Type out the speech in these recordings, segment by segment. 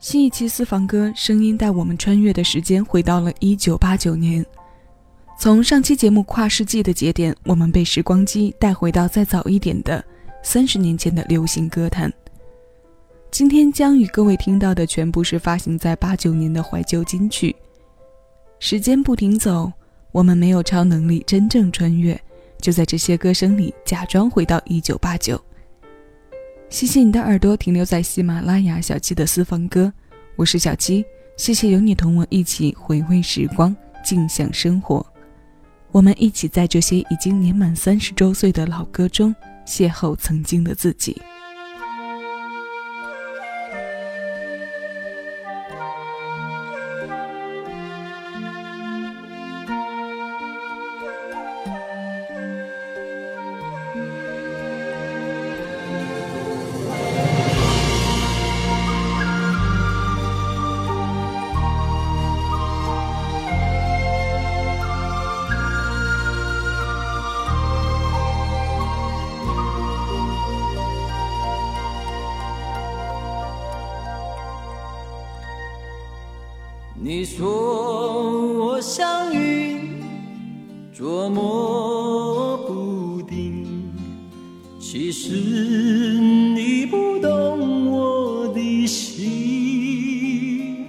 新一期私房歌声音带我们穿越的时间回到了1989年。从上期节目跨世纪的节点，我们被时光机带回到再早一点的30年前的流行歌坛。今天将与各位听到的全部是发行在89年的怀旧金曲。时间不停走，我们没有超能力真正穿越，就在这些歌声里假装回到1989。谢谢你的耳朵停留在喜马拉雅小七的私房歌，我是小七，谢谢有你同我一起回味时光，静享生活。我们一起在这些已经年满30周岁的老歌中邂逅曾经的自己。 你说我像云捉摸不定，其实你不懂我的心。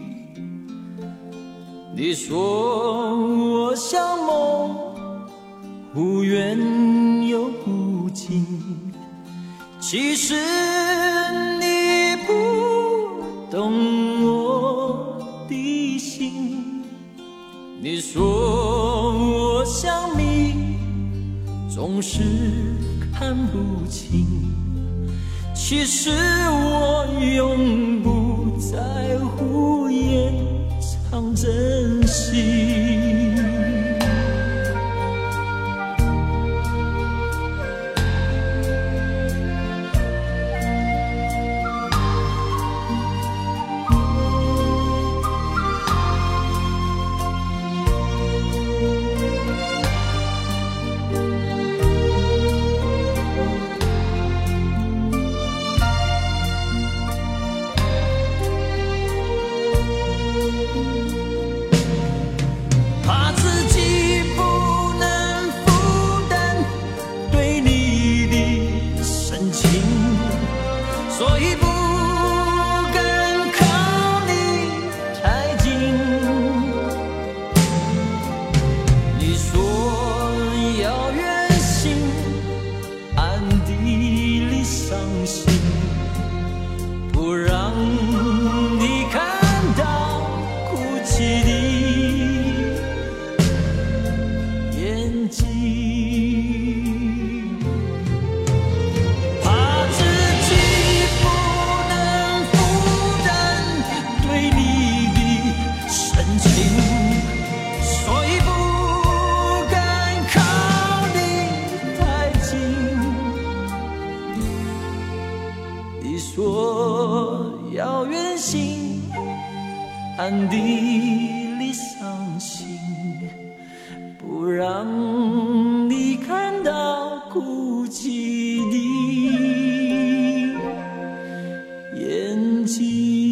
你说我像梦，忽远又忽近，其实你不懂我的心。你说我像谜，总是看不清，其实我永不在乎，掩藏真心。暗地里伤心，不让你看到哭泣的眼睛。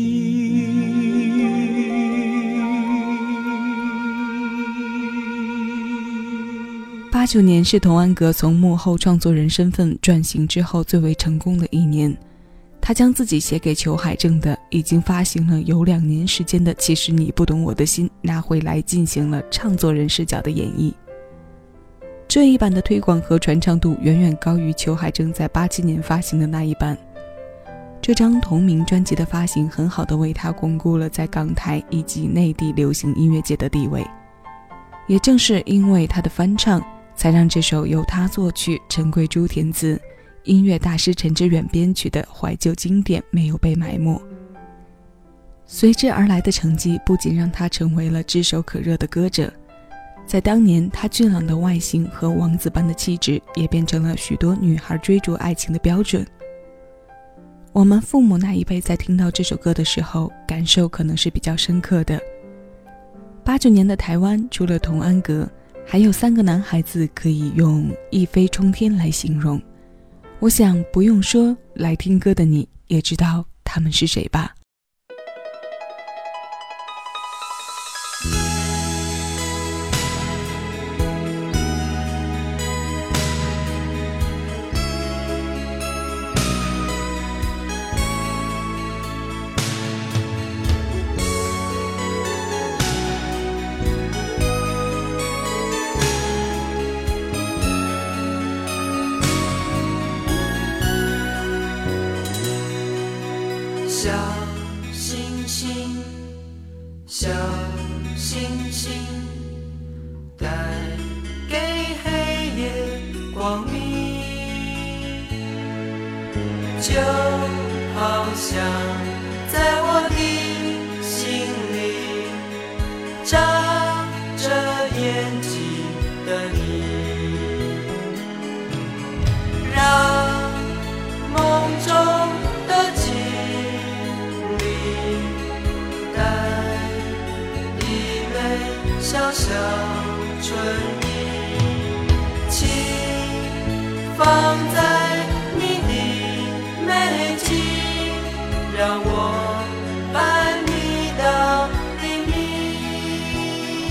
89年是童安格从幕后创作人身份转型之后最为成功的一年。他将自己写给裘海正的已经发行了有2年时间的《其实你不懂我的心》拿回来，进行了唱作人视角的演绎。这一版的推广和传唱度远远高于裘海正在87年发行的那一版。这张同名专辑的发行很好地为他巩固了在港台以及内地流行音乐界的地位。也正是因为他的翻唱，才让这首由他作曲、陈桂珠填词、音乐大师陈志远编曲的怀旧经典没有被埋没。随之而来的成绩不仅让他成为了炙手可热的歌者，在当年他俊朗的外形和王子般的气质也变成了许多女孩追逐爱情的标准。我们父母那一辈在听到这首歌的时候，感受可能是比较深刻的。89年的台湾除了童安格，还有3个男孩子可以用一飞冲天来形容。我想不用说，来听歌的你也知道他们是谁吧。 小星星，小星星，带给黑夜光明，就好像在我的心里眨着眼睛的你，让梦中的经历带一枚小小春意，请放在你的眉间，让我伴你到黎明。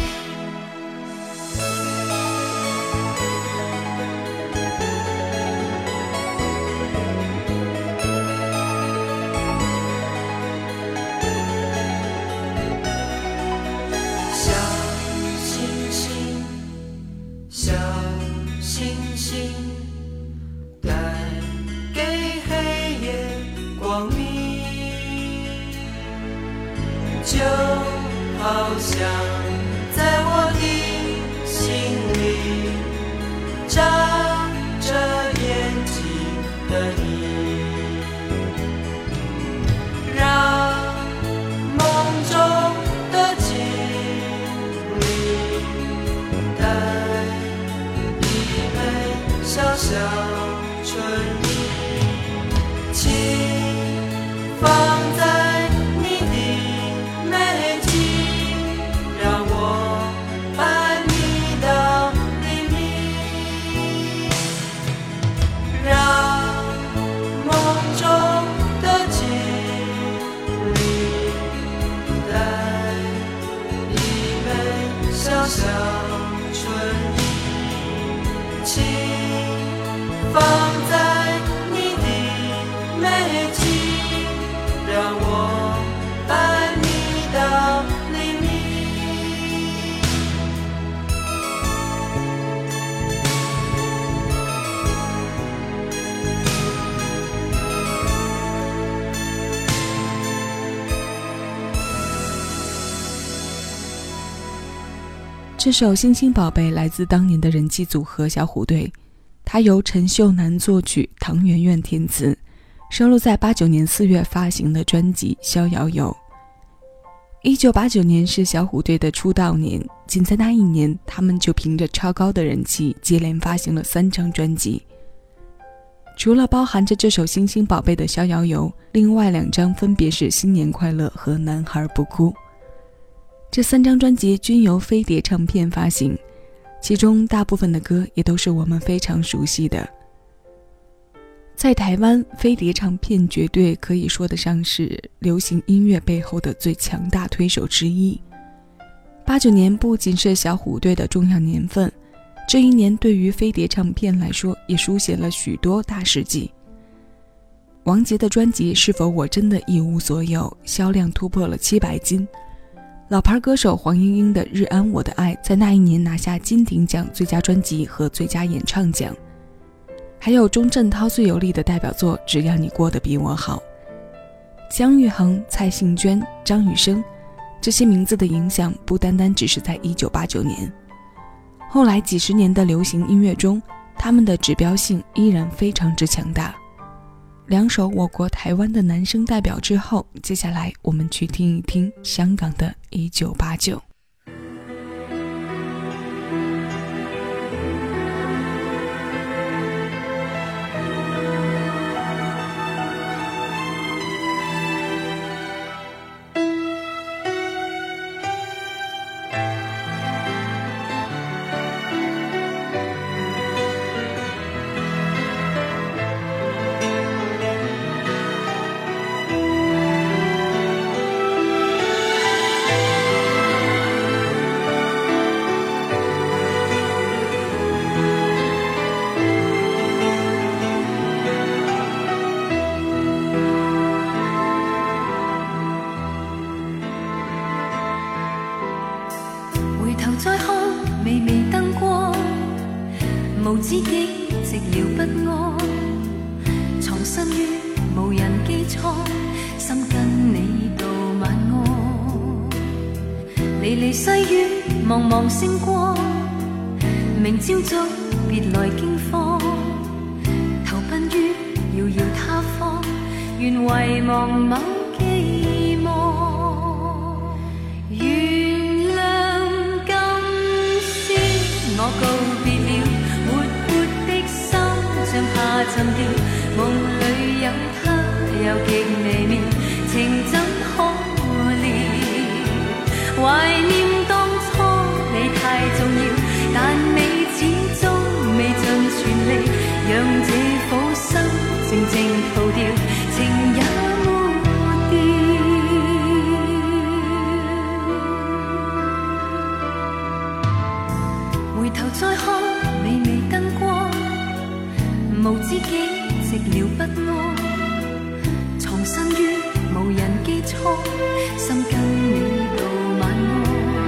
小星星，小星星，带给黑夜光明，就好像在我的心里眨着眼睛的你，让梦中的经历带一枚小小春意，请放在你的眉间，让我伴你到黎明，让梦中的经历带一枚小小春意，请放在你的眉间，让我伴你到黎明。 这首《星星宝贝》来自当年的人气组合小虎队，它由陈秀楠作曲，唐媛媛填词，收录在89年4月发行的专辑《逍遥游》。1989年是小虎队的出道年，仅在那一年，他们就凭着超高的人气，接连发行了3张专辑。除了包含着这首《星星宝贝》的《逍遥游》，另外2张分别是《新年快乐》和《男孩不哭》。这3张专辑均由飞碟唱片发行，其中大部分的歌也都是我们非常熟悉的。在台湾，飞碟唱片绝对可以说得上是流行音乐背后的最强大推手之一。89年不仅是小虎队的重要年份，这一年对于飞碟唱片来说也书写了许多大事迹。王杰的专辑《是否我真的一无所有》销量突破了700斤，老牌歌手黄莺莺的《日安我的爱》在那一年拿下金鼎奖最佳专辑和最佳演唱奖。还有钟镇涛最有力的代表作《只要你过得比我好》。姜育恒、蔡幸娟、张雨生这些名字的影响不单单只是在1989年，后来几十年的流行音乐中，他们的指标性依然非常之强大。2首我国台湾的男声代表之后，接下来我们去听一听香港的1989。 無知己寂寥不安，藏身於無人基礎，心跟离离细雨，茫茫星光。明朝早，别来惊慌，投奔于遥遥他方，愿遗忘某寄望。原谅今宵我告别了，活泼的心像下沉掉，梦里有他又极微妙，情怎可料？怀念当初你太重要，但你始终未尽全力，让这颗心静静逃掉，情也抹掉。回頭再看微微燈光，無知己寂寥不安，藏身於無人機艙，心跟你道晚安。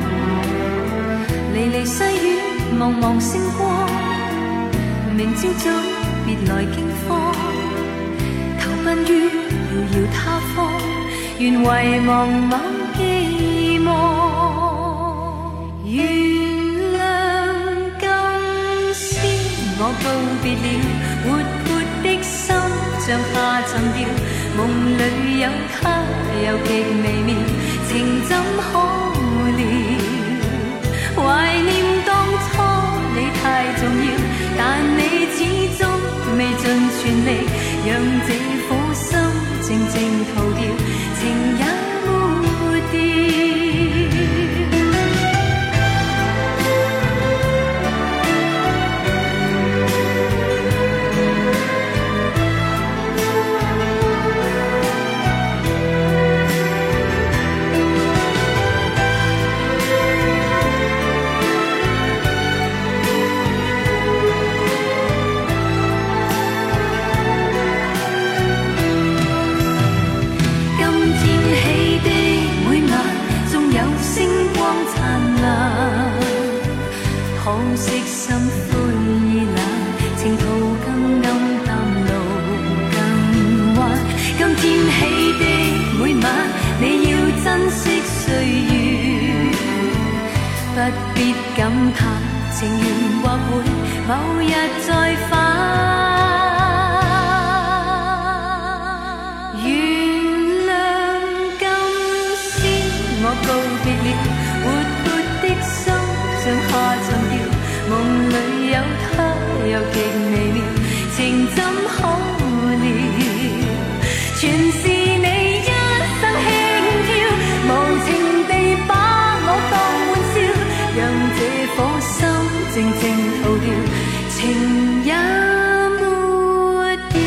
離離細雨，茫茫星光，明朝早別來驚慌，投奔於遙遙他方，願遺忘某寄望。原諒今宵我告別了，活潑的心像下沉掉，夢裏有他又極微妙，情怎可料？懷念當初你太重要，但你始終未盡全力，讓這顆心靜靜逃掉，情也抹掉。可惜心灰意冷，情途更暗淡，路更彎。今天起的每晚，你要珍惜歲月，不必感嘆情緣或會某日再返。原諒今宵我告別了，活潑的心像下沉掉，夢裏有他又極微妙，情怎可料？全是你一生輕佻，無情地把我當玩笑，讓這顆心靜靜逃掉，情也抹掉。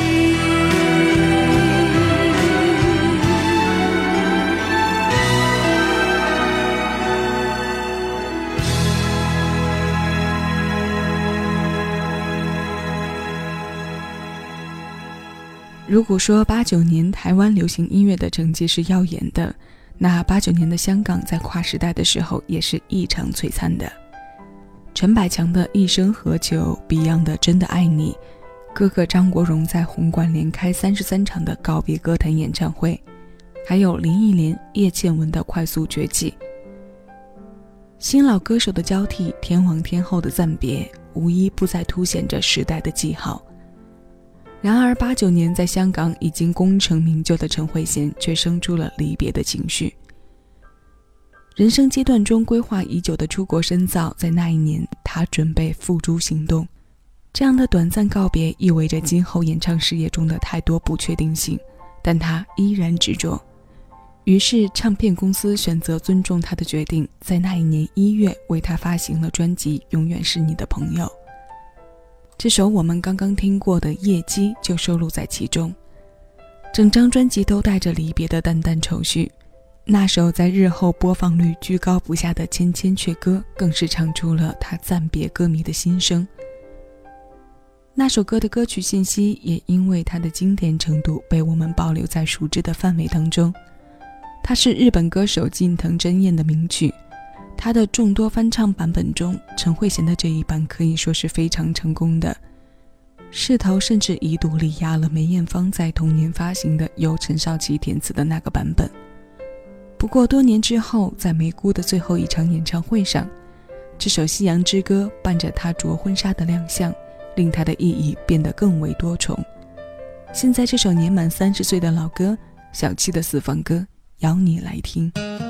如果说89年台湾流行音乐的成绩是耀眼的，那89年的香港在跨时代的时候也是异常璀璨的。陈百强的一生何求， Beyond 的真的爱你，哥哥张国荣在红馆连开33场的告别歌坛演唱会，还有林忆莲、叶倩文的快速崛起。新老歌手的交替，天王天后的暂别，无一不再凸显着时代的记号。然而89年在香港已经功成名就的陈慧娴却生出了离别的情绪。人生阶段中规划已久的出国深造，在那一年她准备付诸行动。这样的短暂告别意味着今后演唱事业中的太多不确定性，但她依然执着。于是唱片公司选择尊重她的决定，在那一年1月为她发行了专辑《永远是你的朋友》。这首我们刚刚听过的《夜机》就收录在其中。整张专辑都带着离别的淡淡愁绪，那首在日后播放率居高不下的《千千阙歌》更是唱出了他暂别歌迷的心声。那首歌的歌曲信息也因为它的经典程度被我们保留在熟知的范围当中。它是日本歌手近藤真彦的名曲，他的众多翻唱版本中，陈慧娴的这一版可以说是非常成功的。势头甚至一度力压了梅艳芳在同年发行的由陈少琪填词的那个版本。 不过多年之后，在梅姑的最后一场演唱会上，这首《夕阳之歌》伴着她着婚纱的亮相，令她的意义变得更为多重。现在这首年满30岁的老歌，小七的私房歌，邀你来听。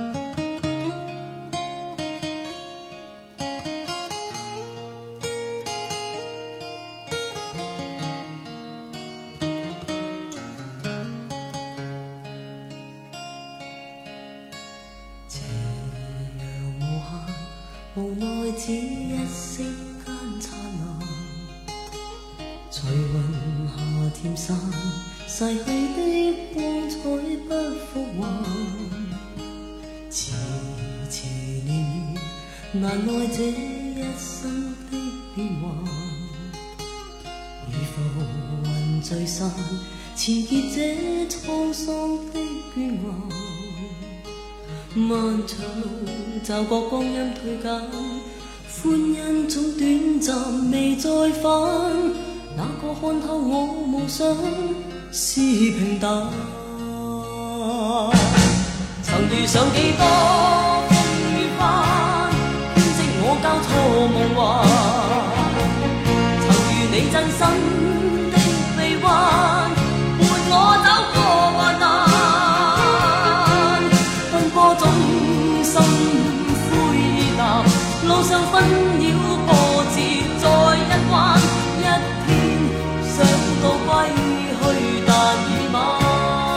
無奈只一息間燦爛，隨雲下漸散，逝去的光彩不復還。遲遲年月，難耐這一生的變幻。如浮雲聚散，纏結這滄桑的倦顏。漫長路，驟覺光陰退減，歡欣總短暫未再返。哪個看透我夢想是平淡？曾遇上幾多風雨翻，編織我交錯夢幻。曾遇你真心的臂彎，伴我走過患難。波中心灰淡，路上紛擾波折再一彎，一天想到歸去，但已晚。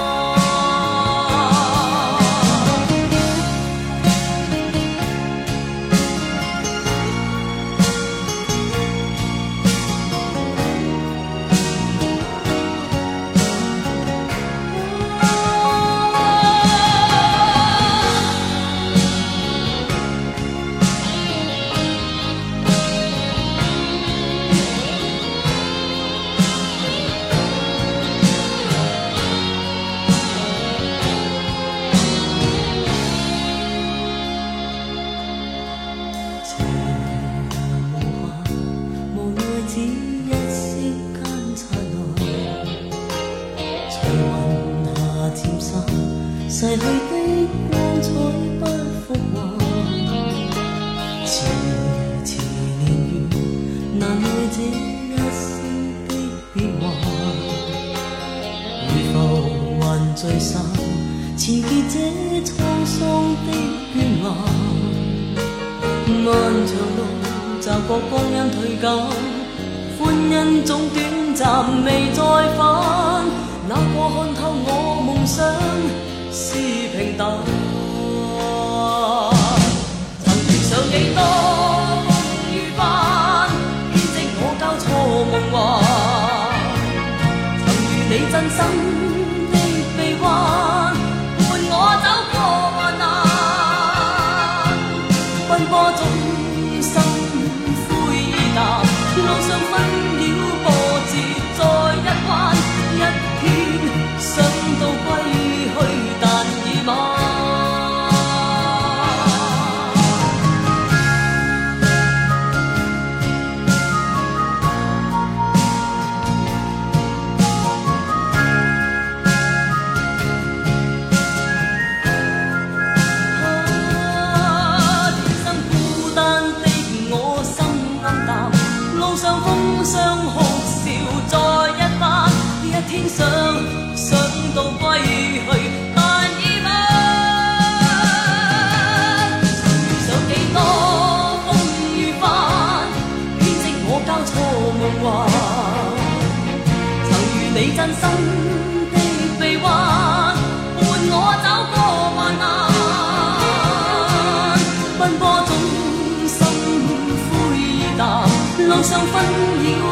逝去的光彩不復還，遲遲年月，難耐這一生的變幻。如浮雲聚散，纏結這滄桑的倦顏。漫長路，驟覺光陰退減，歡欣總短暫未再返。哪個看透我夢想是平淡？曾遇上幾多風雨翻，編織我交錯夢幻。曾遇你真心的臂彎，伴我走過患難。奔波中心灰淡，路上紛擾波折再一彎，一天想到歸去，但已晚。天生孤單的我心暗淡，路上風霜哭笑再一番，一天想到歸去，但已晚。曾遇上幾多風雨翻，編織我交錯夢幻。曾遇你真心的臂彎，伴我走過患難。奔波中心灰淡，路上紛擾